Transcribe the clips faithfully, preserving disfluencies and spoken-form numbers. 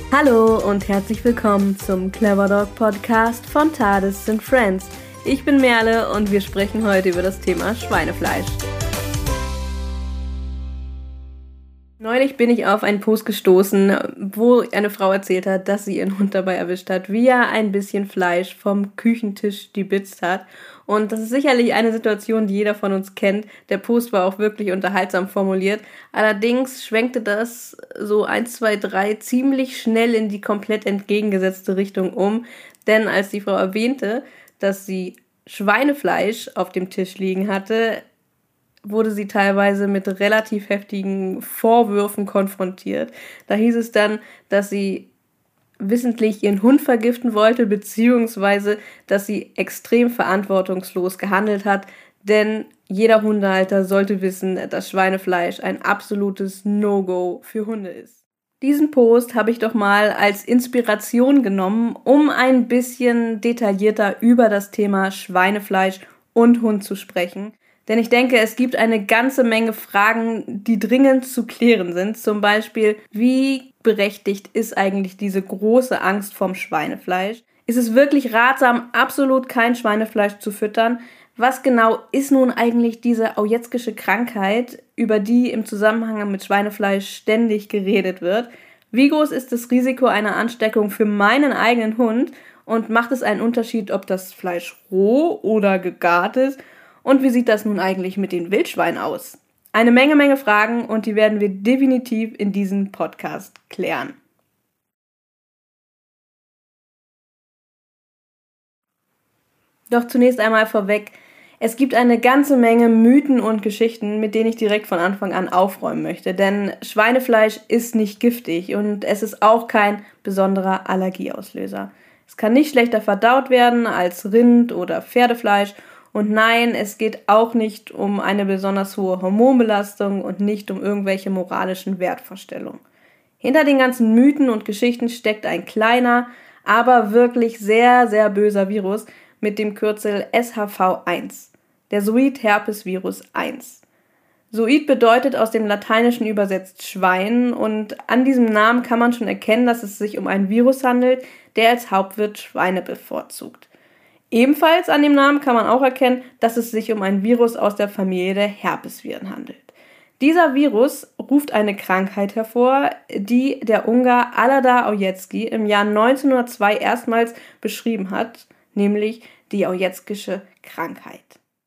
Hallo und herzlich willkommen zum Clever Dog Podcast von TARDIS and Friends. Ich bin Merle und wir sprechen heute über das Thema Schweinefleisch. Neulich bin ich auf einen Post gestoßen, wo eine Frau erzählt hat, dass sie ihren Hund dabei erwischt hat, wie er ein bisschen Fleisch vom Küchentisch dibitzt hat. Und das ist sicherlich eine Situation, die jeder von uns kennt. Der Post war auch wirklich unterhaltsam formuliert. Allerdings schwenkte das so eins, zwei, drei ziemlich schnell in die komplett entgegengesetzte Richtung um. Denn als die Frau erwähnte, dass sie Schweinefleisch auf dem Tisch liegen hatte, wurde sie teilweise mit relativ heftigen Vorwürfen konfrontiert. Da hieß es dann, dass sie wissentlich ihren Hund vergiften wollte, beziehungsweise, dass sie extrem verantwortungslos gehandelt hat, denn jeder Hundehalter sollte wissen, dass Schweinefleisch ein absolutes No-Go für Hunde ist. Diesen Post habe ich doch mal als Inspiration genommen, um ein bisschen detaillierter über das Thema Schweinefleisch und Hund zu sprechen. Denn ich denke, es gibt eine ganze Menge Fragen, die dringend zu klären sind. Zum Beispiel, wie berechtigt ist eigentlich diese große Angst vorm Schweinefleisch? Ist es wirklich ratsam, absolut kein Schweinefleisch zu füttern? Was genau ist nun eigentlich diese aujetzkische Krankheit, über die im Zusammenhang mit Schweinefleisch ständig geredet wird? Wie groß ist das Risiko einer Ansteckung für meinen eigenen Hund? Und macht es einen Unterschied, ob das Fleisch roh oder gegart ist? Und wie sieht das nun eigentlich mit den Wildschweinen aus? Eine Menge, Menge Fragen und die werden wir definitiv in diesem Podcast klären. Doch zunächst einmal vorweg, es gibt eine ganze Menge Mythen und Geschichten, mit denen ich direkt von Anfang an aufräumen möchte. Denn Schweinefleisch ist nicht giftig und es ist auch kein besonderer Allergieauslöser. Es kann nicht schlechter verdaut werden als Rind- oder Pferdefleisch. Und nein, es geht auch nicht um eine besonders hohe Hormonbelastung und nicht um irgendwelche moralischen Wertvorstellungen. Hinter den ganzen Mythen und Geschichten steckt ein kleiner, aber wirklich sehr, sehr böser Virus mit dem Kürzel S H V eins, der Zoeid-Herpes-Virus eins. Zoeid bedeutet aus dem Lateinischen übersetzt Schwein und an diesem Namen kann man schon erkennen, dass es sich um ein Virus handelt, der als Hauptwirt Schweine bevorzugt. Ebenfalls an dem Namen kann man auch erkennen, dass es sich um ein Virus aus der Familie der Herpesviren handelt. Dieser Virus ruft eine Krankheit hervor, die der Ungar Aladar Aujetski im Jahr neunzehnhundertzwei erstmals beschrieben hat, nämlich die Aujetzkische Krankheit.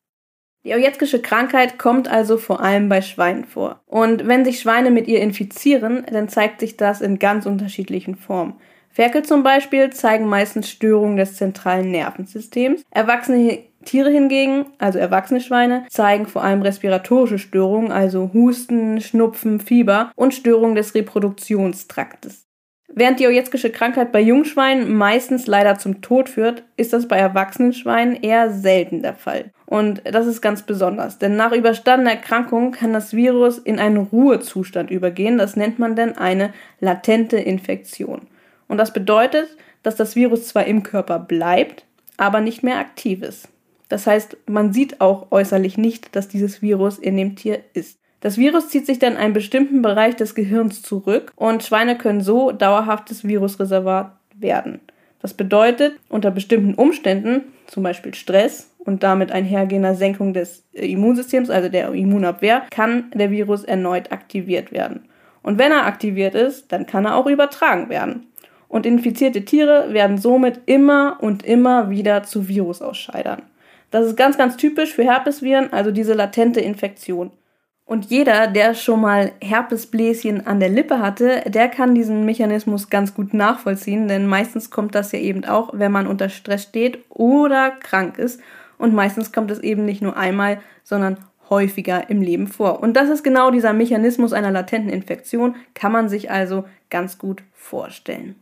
Die Aujetzkische Krankheit kommt also vor allem bei Schweinen vor. Und wenn sich Schweine mit ihr infizieren, dann zeigt sich das in ganz unterschiedlichen Formen. Ferkel zum Beispiel zeigen meistens Störungen des zentralen Nervensystems. Erwachsene Tiere hingegen, also erwachsene Schweine, zeigen vor allem respiratorische Störungen, also Husten, Schnupfen, Fieber und Störungen des Reproduktionstraktes. Während die Aujetzkische Krankheit bei Jungschweinen meistens leider zum Tod führt, ist das bei erwachsenen Schweinen eher selten der Fall. Und das ist ganz besonders, denn nach überstandener Erkrankung kann das Virus in einen Ruhezustand übergehen. Das nennt man dann eine latente Infektion. Und das bedeutet, dass das Virus zwar im Körper bleibt, aber nicht mehr aktiv ist. Das heißt, man sieht auch äußerlich nicht, dass dieses Virus in dem Tier ist. Das Virus zieht sich dann in einen bestimmten Bereich des Gehirns zurück und Schweine können so dauerhaftes Virusreservoir werden. Das bedeutet, unter bestimmten Umständen, zum Beispiel Stress und damit einhergehender Senkung des Immunsystems, also der Immunabwehr, kann der Virus erneut aktiviert werden. Und wenn er aktiviert ist, dann kann er auch übertragen werden. Und infizierte Tiere werden somit immer und immer wieder zu Virusausscheidern. Das ist ganz, ganz typisch für Herpesviren, also diese latente Infektion. Und jeder, der schon mal Herpesbläschen an der Lippe hatte, der kann diesen Mechanismus ganz gut nachvollziehen, denn meistens kommt das ja eben auch, wenn man unter Stress steht oder krank ist. Und meistens kommt es eben nicht nur einmal, sondern häufiger im Leben vor. Und das ist genau dieser Mechanismus einer latenten Infektion, kann man sich also ganz gut vorstellen.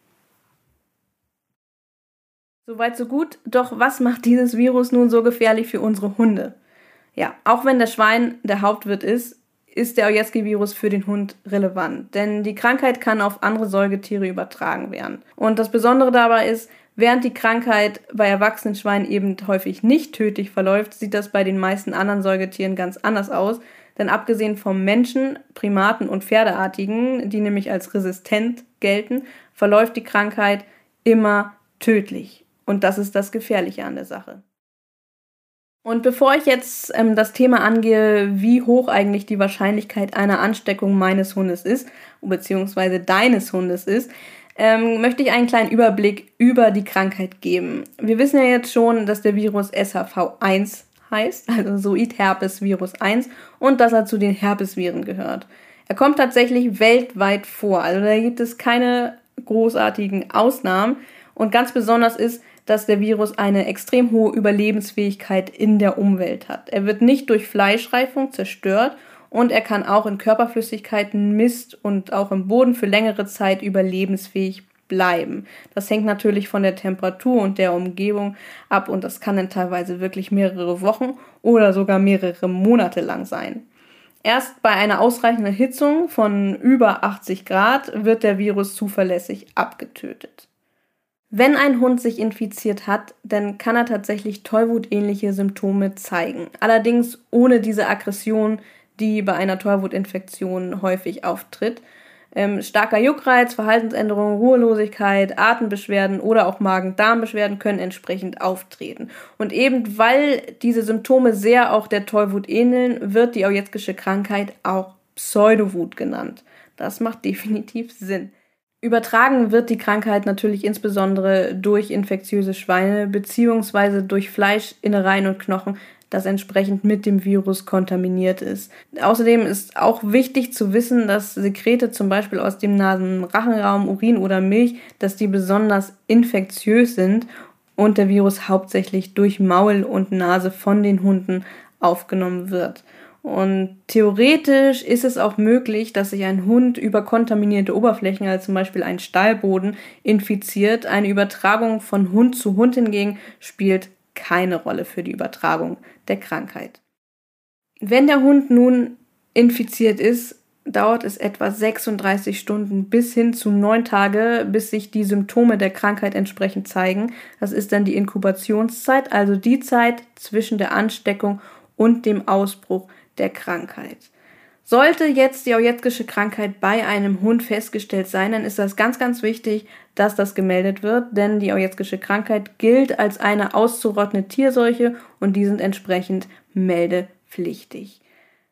Soweit so gut, doch was macht dieses Virus nun so gefährlich für unsere Hunde? Ja, auch wenn das Schwein der Hauptwirt ist, ist der Aujetzki-Virus für den Hund relevant, denn die Krankheit kann auf andere Säugetiere übertragen werden. Und das Besondere dabei ist, während die Krankheit bei erwachsenen Schweinen eben häufig nicht tödlich verläuft, sieht das bei den meisten anderen Säugetieren ganz anders aus, denn abgesehen vom Menschen, Primaten und Pferdeartigen, die nämlich als resistent gelten, verläuft die Krankheit immer tödlich. Und das ist das Gefährliche an der Sache. Und bevor ich jetzt ähm, das Thema angehe, wie hoch eigentlich die Wahrscheinlichkeit einer Ansteckung meines Hundes ist, beziehungsweise deines Hundes ist, ähm, möchte ich einen kleinen Überblick über die Krankheit geben. Wir wissen ja jetzt schon, dass der Virus S H V eins heißt, also Zoeterpes-Virus eins, und dass er zu den Herpesviren gehört. Er kommt tatsächlich weltweit vor, also da gibt es keine großartigen Ausnahmen. Und ganz besonders ist, dass der Virus eine extrem hohe Überlebensfähigkeit in der Umwelt hat. Er wird nicht durch Fleischreifung zerstört und er kann auch in Körperflüssigkeiten, Mist und auch im Boden für längere Zeit überlebensfähig bleiben. Das hängt natürlich von der Temperatur und der Umgebung ab und das kann dann teilweise wirklich mehrere Wochen oder sogar mehrere Monate lang sein. Erst bei einer ausreichenden Erhitzung von über achtzig Grad wird der Virus zuverlässig abgetötet. Wenn ein Hund sich infiziert hat, dann kann er tatsächlich tollwutähnliche Symptome zeigen. Allerdings ohne diese Aggression, die bei einer Tollwutinfektion häufig auftritt. Ähm, starker Juckreiz, Verhaltensänderungen, Ruhelosigkeit, Atembeschwerden oder auch Magen-Darm-Beschwerden können entsprechend auftreten. Und eben weil diese Symptome sehr auch der Tollwut ähneln, wird die Ojetzkische Krankheit auch Pseudowut genannt. Das macht definitiv Sinn. Übertragen wird die Krankheit natürlich insbesondere durch infektiöse Schweine bzw. durch Fleisch, Innereien und Knochen, das entsprechend mit dem Virus kontaminiert ist. Außerdem ist auch wichtig zu wissen, dass Sekrete zum Beispiel aus dem Nasen-Rachenraum, Urin oder Milch, dass die besonders infektiös sind und der Virus hauptsächlich durch Maul und Nase von den Hunden aufgenommen wird. Und theoretisch ist es auch möglich, dass sich ein Hund über kontaminierte Oberflächen, also zum Beispiel einen Stallboden, infiziert. Eine Übertragung von Hund zu Hund hingegen spielt keine Rolle für die Übertragung der Krankheit. Wenn der Hund nun infiziert ist, dauert es etwa sechsunddreißig Stunden bis hin zu neun Tage, bis sich die Symptome der Krankheit entsprechend zeigen. Das ist dann die Inkubationszeit, also die Zeit zwischen der Ansteckung und dem Ausbruch der Krankheit. Sollte jetzt die Ojetzkische Krankheit bei einem Hund festgestellt sein, dann ist das ganz, ganz wichtig, dass das gemeldet wird, denn die Ojetzkische Krankheit gilt als eine auszurottende Tierseuche und die sind entsprechend meldepflichtig.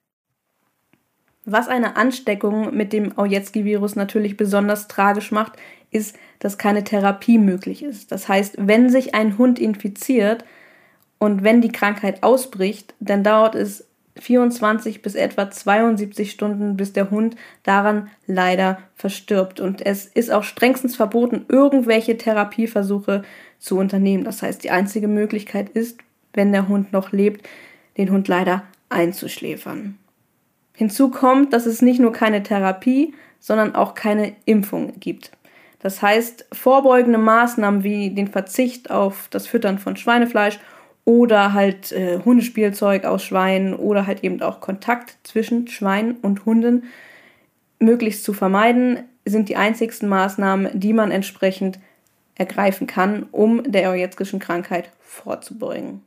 Was eine Ansteckung mit dem Ojetzki-Virus natürlich besonders tragisch macht, ist, dass keine Therapie möglich ist. Das heißt, wenn sich ein Hund infiziert und wenn die Krankheit ausbricht, dann dauert es vierundzwanzig bis etwa zweiundsiebzig Stunden, bis der Hund daran leider verstirbt. Und es ist auch strengstens verboten, irgendwelche Therapieversuche zu unternehmen. Das heißt, die einzige Möglichkeit ist, wenn der Hund noch lebt, den Hund leider einzuschläfern. Hinzu kommt, dass es nicht nur keine Therapie, sondern auch keine Impfung gibt. Das heißt, vorbeugende Maßnahmen wie den Verzicht auf das Füttern von Schweinefleisch oder halt äh, Hundespielzeug aus Schweinen oder halt eben auch Kontakt zwischen Schweinen und Hunden möglichst zu vermeiden, sind die einzigsten Maßnahmen, die man entsprechend ergreifen kann, um der Ojetzkischen Krankheit vorzubeugen.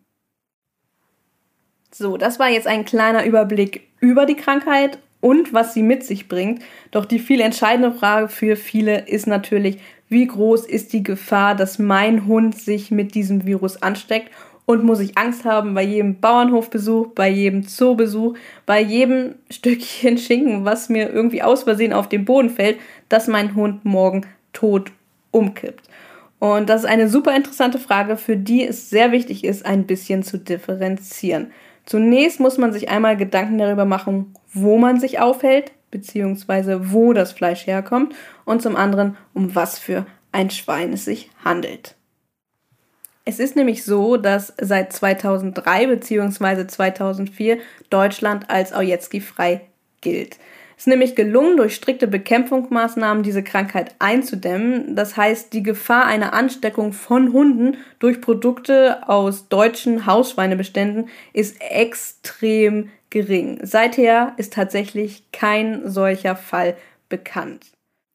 So, das war jetzt ein kleiner Überblick über die Krankheit und was sie mit sich bringt. Doch die viel entscheidende Frage für viele ist natürlich, wie groß ist die Gefahr, dass mein Hund sich mit diesem Virus ansteckt? Und muss ich Angst haben bei jedem Bauernhofbesuch, bei jedem Zoobesuch, bei jedem Stückchen Schinken, was mir irgendwie aus Versehen auf den Boden fällt, dass mein Hund morgen tot umkippt? Und das ist eine super interessante Frage, für die es sehr wichtig ist, ein bisschen zu differenzieren. Zunächst muss man sich einmal Gedanken darüber machen, wo man sich aufhält, beziehungsweise wo das Fleisch herkommt und zum anderen, um was für ein Schwein es sich handelt. Es ist nämlich so, dass seit zweitausenddrei bzw. zweitausendvier Deutschland als Ojetzki-frei gilt. Es ist nämlich gelungen, durch strikte Bekämpfungsmaßnahmen diese Krankheit einzudämmen. Das heißt, die Gefahr einer Ansteckung von Hunden durch Produkte aus deutschen Hausschweinebeständen ist extrem gering. Seither ist tatsächlich kein solcher Fall bekannt.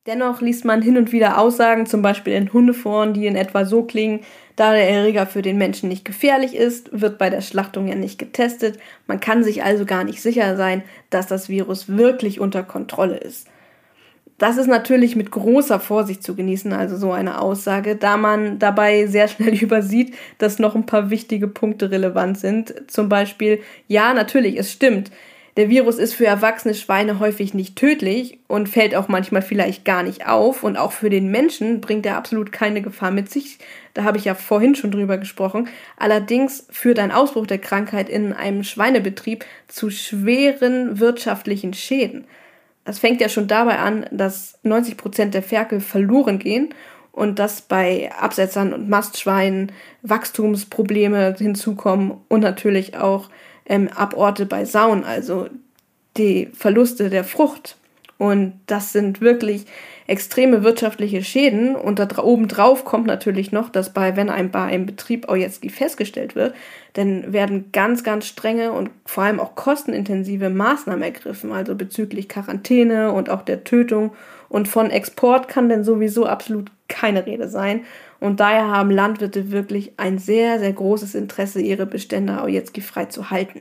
Dennoch liest man hin und wieder Aussagen, zum Beispiel in Hundeforen, die in etwa so klingen: Da der Erreger für den Menschen nicht gefährlich ist, wird bei der Schlachtung ja nicht getestet. Man kann sich also gar nicht sicher sein, dass das Virus wirklich unter Kontrolle ist. Das ist natürlich mit großer Vorsicht zu genießen, also so eine Aussage, da man dabei sehr schnell übersieht, dass noch ein paar wichtige Punkte relevant sind. Zum Beispiel, ja, natürlich, es stimmt. Der Virus ist für erwachsene Schweine häufig nicht tödlich und fällt auch manchmal vielleicht gar nicht auf. Und auch für den Menschen bringt er absolut keine Gefahr mit sich. Da habe ich ja vorhin schon drüber gesprochen. Allerdings führt ein Ausbruch der Krankheit in einem Schweinebetrieb zu schweren wirtschaftlichen Schäden. Das fängt ja schon dabei an, dass neunzig Prozent der Ferkel verloren gehen und dass bei Absetzern und Mastschweinen Wachstumsprobleme hinzukommen und natürlich auch ähm, Aborte bei Sauen, also die Verluste der Frucht. Und das sind wirklich extreme wirtschaftliche Schäden. Und da oben drauf kommt natürlich noch, dass bei, wenn ein, bei einem Betrieb Aujetski festgestellt wird, dann werden ganz, ganz strenge und vor allem auch kostenintensive Maßnahmen ergriffen, also bezüglich Quarantäne und auch der Tötung. Und von Export kann denn sowieso absolut keine Rede sein. Und daher haben Landwirte wirklich ein sehr, sehr großes Interesse, ihre Bestände Aujetski frei zu halten.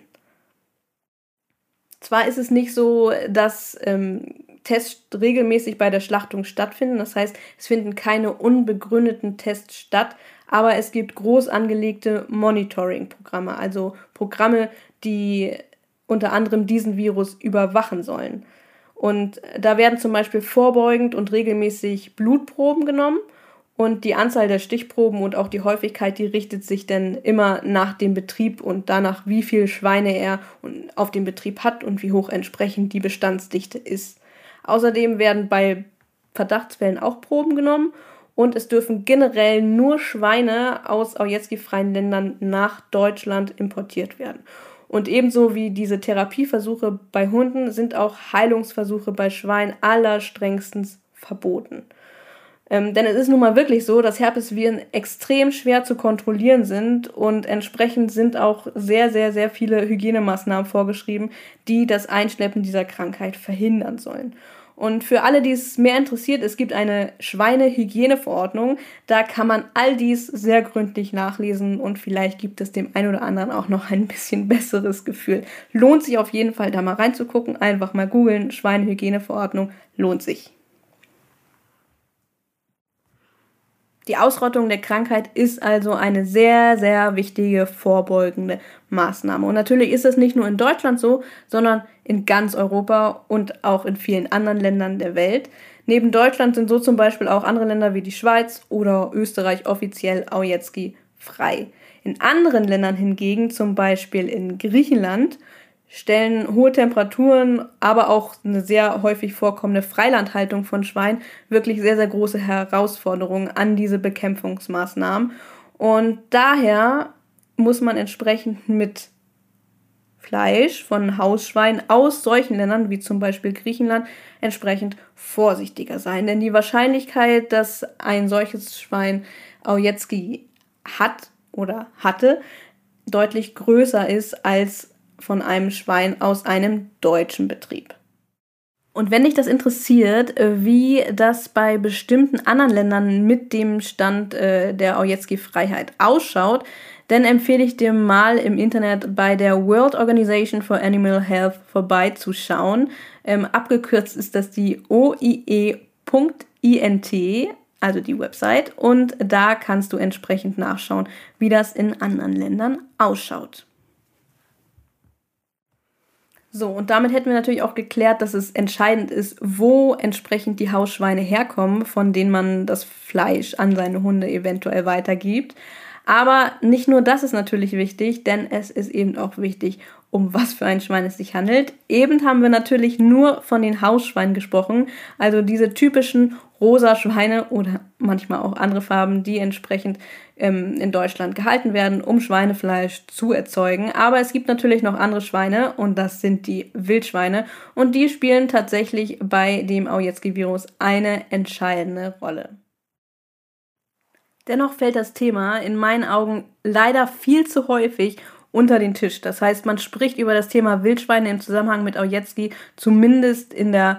Zwar ist es nicht so, dass ähm, Tests regelmäßig bei der Schlachtung stattfinden, das heißt, es finden keine unbegründeten Tests statt, aber es gibt groß angelegte Monitoring-Programme, also Programme, die unter anderem diesen Virus überwachen sollen. Und da werden zum Beispiel vorbeugend und regelmäßig Blutproben genommen. Und die Anzahl der Stichproben und auch die Häufigkeit, die richtet sich dann immer nach dem Betrieb und danach, wie viele Schweine er auf dem Betrieb hat und wie hoch entsprechend die Bestandsdichte ist. Außerdem werden bei Verdachtsfällen auch Proben genommen und es dürfen generell nur Schweine aus Aujetski-freien Ländern nach Deutschland importiert werden. Und ebenso wie diese Therapieversuche bei Hunden sind auch Heilungsversuche bei Schweinen allerstrengstens verboten. Ähm, denn es ist nun mal wirklich so, dass Herpesviren extrem schwer zu kontrollieren sind und entsprechend sind auch sehr, sehr, sehr viele Hygienemaßnahmen vorgeschrieben, die das Einschleppen dieser Krankheit verhindern sollen. Und für alle, die es mehr interessiert, es gibt eine Schweinehygieneverordnung, da kann man all dies sehr gründlich nachlesen und vielleicht gibt es dem einen oder anderen auch noch ein bisschen besseres Gefühl. Lohnt sich auf jeden Fall, da mal reinzugucken, einfach mal googeln, Schweinehygieneverordnung, lohnt sich. Die Ausrottung der Krankheit ist also eine sehr, sehr wichtige vorbeugende Maßnahme. Und natürlich ist es nicht nur in Deutschland so, sondern in ganz Europa und auch in vielen anderen Ländern der Welt. Neben Deutschland sind so zum Beispiel auch andere Länder wie die Schweiz oder Österreich offiziell Aujetski frei. In anderen Ländern hingegen, zum Beispiel in Griechenland, stellen hohe Temperaturen, aber auch eine sehr häufig vorkommende Freilandhaltung von Schweinen wirklich sehr, sehr große Herausforderungen an diese Bekämpfungsmaßnahmen. Und daher muss man entsprechend mit Fleisch von Hausschweinen aus solchen Ländern, wie zum Beispiel Griechenland, entsprechend vorsichtiger sein. Denn die Wahrscheinlichkeit, dass ein solches Schwein Aujetski hat oder hatte, deutlich größer ist als von einem Schwein aus einem deutschen Betrieb. Und wenn dich das interessiert, wie das bei bestimmten anderen Ländern mit dem Stand äh, der Aujetski-Freiheit ausschaut, dann empfehle ich dir mal im Internet bei der World Organization for Animal Health vorbeizuschauen. Ähm, abgekürzt ist das die O I E Punkt I N T, also die Website, und da kannst du entsprechend nachschauen, wie das in anderen Ländern ausschaut. So, und damit hätten wir natürlich auch geklärt, dass es entscheidend ist, wo entsprechend die Hausschweine herkommen, von denen man das Fleisch an seine Hunde eventuell weitergibt. Aber nicht nur das ist natürlich wichtig, denn es ist eben auch wichtig, um was für ein Schwein es sich handelt. Eben haben wir natürlich nur von den Hausschweinen gesprochen, also diese typischen rosa Schweine oder manchmal auch andere Farben, die entsprechend ähm, in Deutschland gehalten werden, um Schweinefleisch zu erzeugen. Aber es gibt natürlich noch andere Schweine und das sind die Wildschweine und die spielen tatsächlich bei dem Aujetski-Virus eine entscheidende Rolle. Dennoch fällt das Thema in meinen Augen leider viel zu häufig unter den Tisch. Das heißt, man spricht über das Thema Wildschweine im Zusammenhang mit Aujetski, zumindest in der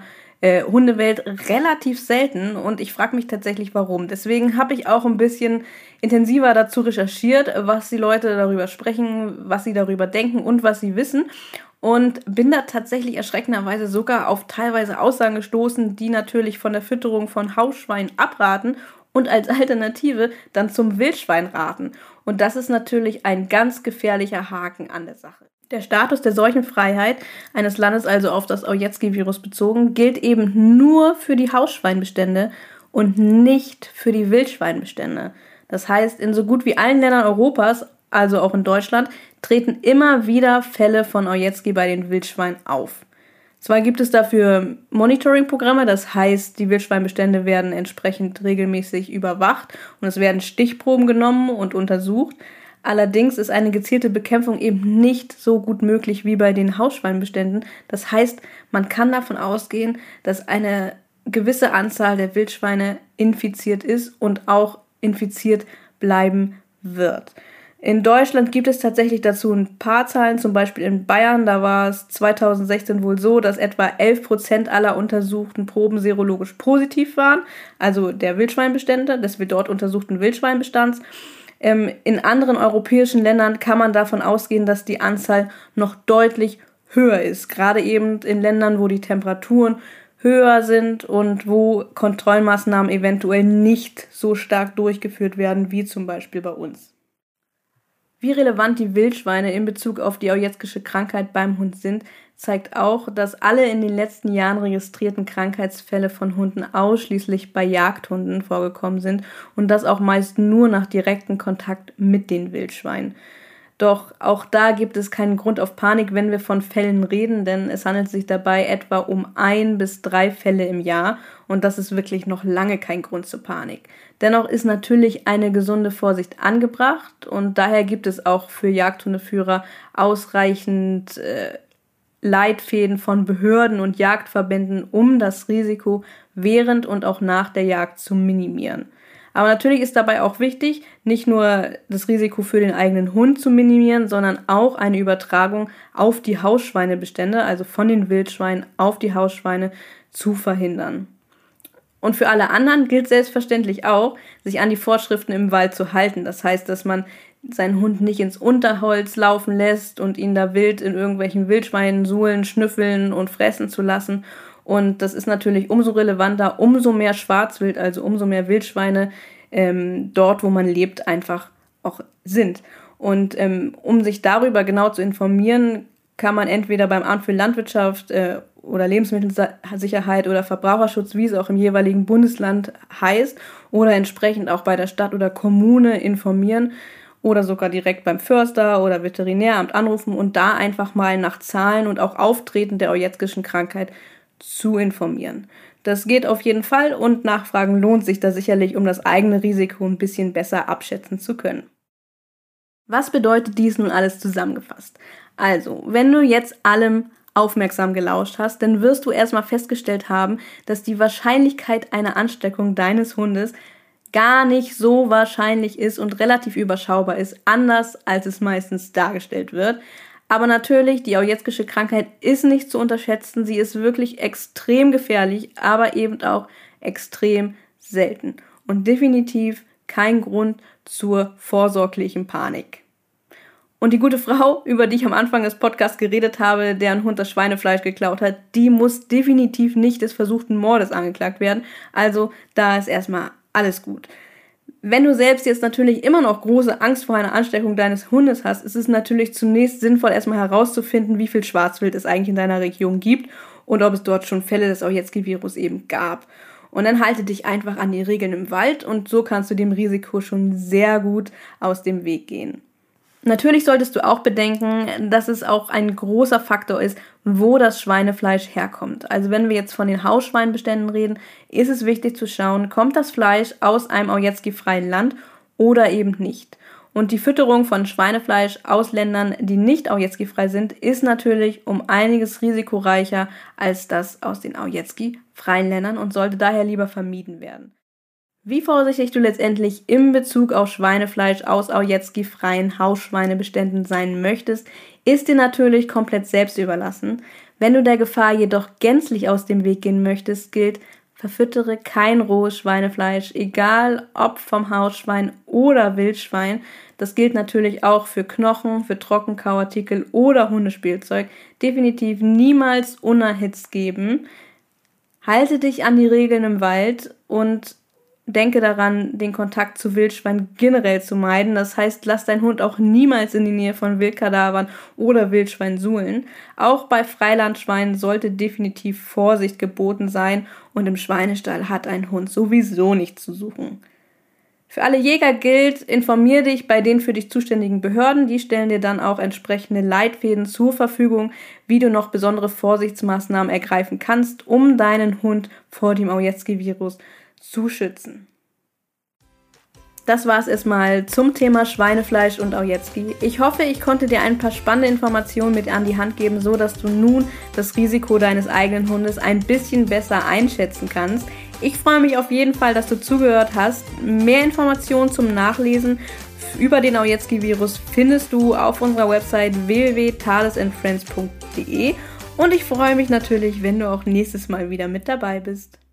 äh, Hundewelt relativ selten und ich frage mich tatsächlich, warum. Deswegen habe ich auch ein bisschen intensiver dazu recherchiert, was die Leute darüber sprechen, was sie darüber denken und was sie wissen. Und bin da tatsächlich erschreckenderweise sogar auf teilweise Aussagen gestoßen, die natürlich von der Fütterung von Hausschweinen abraten und als Alternative dann zum Wildschwein raten. Und das ist natürlich ein ganz gefährlicher Haken an der Sache. Der Status der Seuchenfreiheit eines Landes, also auf das Ojetzky-Virus bezogen, gilt eben nur für die Hausschweinbestände und nicht für die Wildschweinbestände. Das heißt, in so gut wie allen Ländern Europas, also auch in Deutschland, treten immer wieder Fälle von Ojetzky bei den Wildschweinen auf. Zwar gibt es dafür Monitoring-Programme, das heißt, die Wildschweinbestände werden entsprechend regelmäßig überwacht und es werden Stichproben genommen und untersucht. Allerdings ist eine gezielte Bekämpfung eben nicht so gut möglich wie bei den Hausschweinbeständen. Das heißt, man kann davon ausgehen, dass eine gewisse Anzahl der Wildschweine infiziert ist und auch infiziert bleiben wird. In Deutschland gibt es tatsächlich dazu ein paar Zahlen, zum Beispiel in Bayern, da war es zweitausendsechzehn wohl so, dass etwa elf Prozent aller untersuchten Proben serologisch positiv waren, also der Wildschweinbestände, des dort untersuchten Wildschweinbestands. Ähm, in anderen europäischen Ländern kann man davon ausgehen, dass die Anzahl noch deutlich höher ist, gerade eben in Ländern, wo die Temperaturen höher sind und wo Kontrollmaßnahmen eventuell nicht so stark durchgeführt werden, wie zum Beispiel bei uns. Wie relevant die Wildschweine in Bezug auf die Ojetzkische Krankheit beim Hund sind, zeigt auch, dass alle in den letzten Jahren registrierten Krankheitsfälle von Hunden ausschließlich bei Jagdhunden vorgekommen sind und das auch meist nur nach direktem Kontakt mit den Wildschweinen. Doch auch da gibt es keinen Grund auf Panik, wenn wir von Fällen reden, denn es handelt sich dabei etwa um ein bis drei Fälle im Jahr und das ist wirklich noch lange kein Grund zur Panik. Dennoch ist natürlich eine gesunde Vorsicht angebracht und daher gibt es auch für Jagdhundeführer ausreichend äh, Leitfäden von Behörden und Jagdverbänden, um das Risiko während und auch nach der Jagd zu minimieren. Aber natürlich ist dabei auch wichtig, nicht nur das Risiko für den eigenen Hund zu minimieren, sondern auch eine Übertragung auf die Hausschweinebestände, also von den Wildschweinen auf die Hausschweine, zu verhindern. Und für alle anderen gilt selbstverständlich auch, sich an die Vorschriften im Wald zu halten. Das heißt, dass man seinen Hund nicht ins Unterholz laufen lässt und ihn da wild in irgendwelchen Wildschweinen suhlen, schnüffeln und fressen zu lassen. Und das ist natürlich umso relevanter, umso mehr Schwarzwild, also umso mehr Wildschweine ähm, dort, wo man lebt, einfach auch sind. Und ähm, um sich darüber genau zu informieren, kann man entweder beim Amt für Landwirtschaft äh, oder Lebensmittelsicherheit oder Verbraucherschutz, wie es auch im jeweiligen Bundesland heißt, oder entsprechend auch bei der Stadt oder Kommune informieren oder sogar direkt beim Förster oder Veterinäramt anrufen und da einfach mal nach Zahlen und auch Auftreten der Ojetzkischen Krankheit zu informieren. Das geht auf jeden Fall und Nachfragen lohnt sich da sicherlich, um das eigene Risiko ein bisschen besser abschätzen zu können. Was bedeutet dies nun alles zusammengefasst? Also, wenn du jetzt allem aufmerksam gelauscht hast, dann wirst du erstmal festgestellt haben, dass die Wahrscheinlichkeit einer Ansteckung deines Hundes gar nicht so wahrscheinlich ist und relativ überschaubar ist, anders als es meistens dargestellt wird. Aber natürlich, die Ojetzkische Krankheit ist nicht zu unterschätzen. Sie ist wirklich extrem gefährlich, aber eben auch extrem selten. Und definitiv kein Grund zur vorsorglichen Panik. Und die gute Frau, über die ich am Anfang des Podcasts geredet habe, deren Hund das Schweinefleisch geklaut hat, die muss definitiv nicht des versuchten Mordes angeklagt werden. Also da ist erstmal alles gut. Wenn du selbst jetzt natürlich immer noch große Angst vor einer Ansteckung deines Hundes hast, ist es natürlich zunächst sinnvoll, erstmal herauszufinden, wie viel Schwarzwild es eigentlich in deiner Region gibt und ob es dort schon Fälle des Ojetzky-Virus eben gab. Und dann halte dich einfach an die Regeln im Wald und so kannst du dem Risiko schon sehr gut aus dem Weg gehen. Natürlich solltest du auch bedenken, dass es auch ein großer Faktor ist, wo das Schweinefleisch herkommt. Also wenn wir jetzt von den Hausschweinbeständen reden, ist es wichtig zu schauen, kommt das Fleisch aus einem Ojetzky-freien Land oder eben nicht. Und die Fütterung von Schweinefleisch aus Ländern, die nicht Ojetzky-frei sind, ist natürlich um einiges risikoreicher als das aus den Ojetzky-freien Ländern und sollte daher lieber vermieden werden. Wie vorsichtig du letztendlich in Bezug auf Schweinefleisch aus Ojetzky-freien Hausschweinebeständen sein möchtest, ist dir natürlich komplett selbst überlassen. Wenn du der Gefahr jedoch gänzlich aus dem Weg gehen möchtest, gilt: Verfüttere kein rohes Schweinefleisch, egal ob vom Hausschwein oder Wildschwein. Das gilt natürlich auch für Knochen, für Trockenkauartikel oder Hundespielzeug. Definitiv niemals unerhitzt geben. Halte dich an die Regeln im Wald und denke daran, den Kontakt zu Wildschweinen generell zu meiden. Das heißt, lass deinen Hund auch niemals in die Nähe von Wildkadavern oder Wildschweinen suhlen. Auch bei Freilandschweinen sollte definitiv Vorsicht geboten sein und im Schweinestall hat ein Hund sowieso nichts zu suchen. Für alle Jäger gilt: Informier dich bei den für dich zuständigen Behörden. Die stellen dir dann auch entsprechende Leitfäden zur Verfügung, wie du noch besondere Vorsichtsmaßnahmen ergreifen kannst, um deinen Hund vor dem Ojedzki-Virus zu schützen. Das war es erstmal zum Thema Schweinefleisch und Ojedzki. Ich hoffe, ich konnte dir ein paar spannende Informationen mit an die Hand geben, so dass du nun das Risiko deines eigenen Hundes ein bisschen besser einschätzen kannst. Ich freue mich auf jeden Fall, dass du zugehört hast. Mehr Informationen zum Nachlesen über den Ojedzki-Virus findest du auf unserer Website w w w punkt thales and friends punkt d e und ich freue mich natürlich, wenn du auch nächstes Mal wieder mit dabei bist.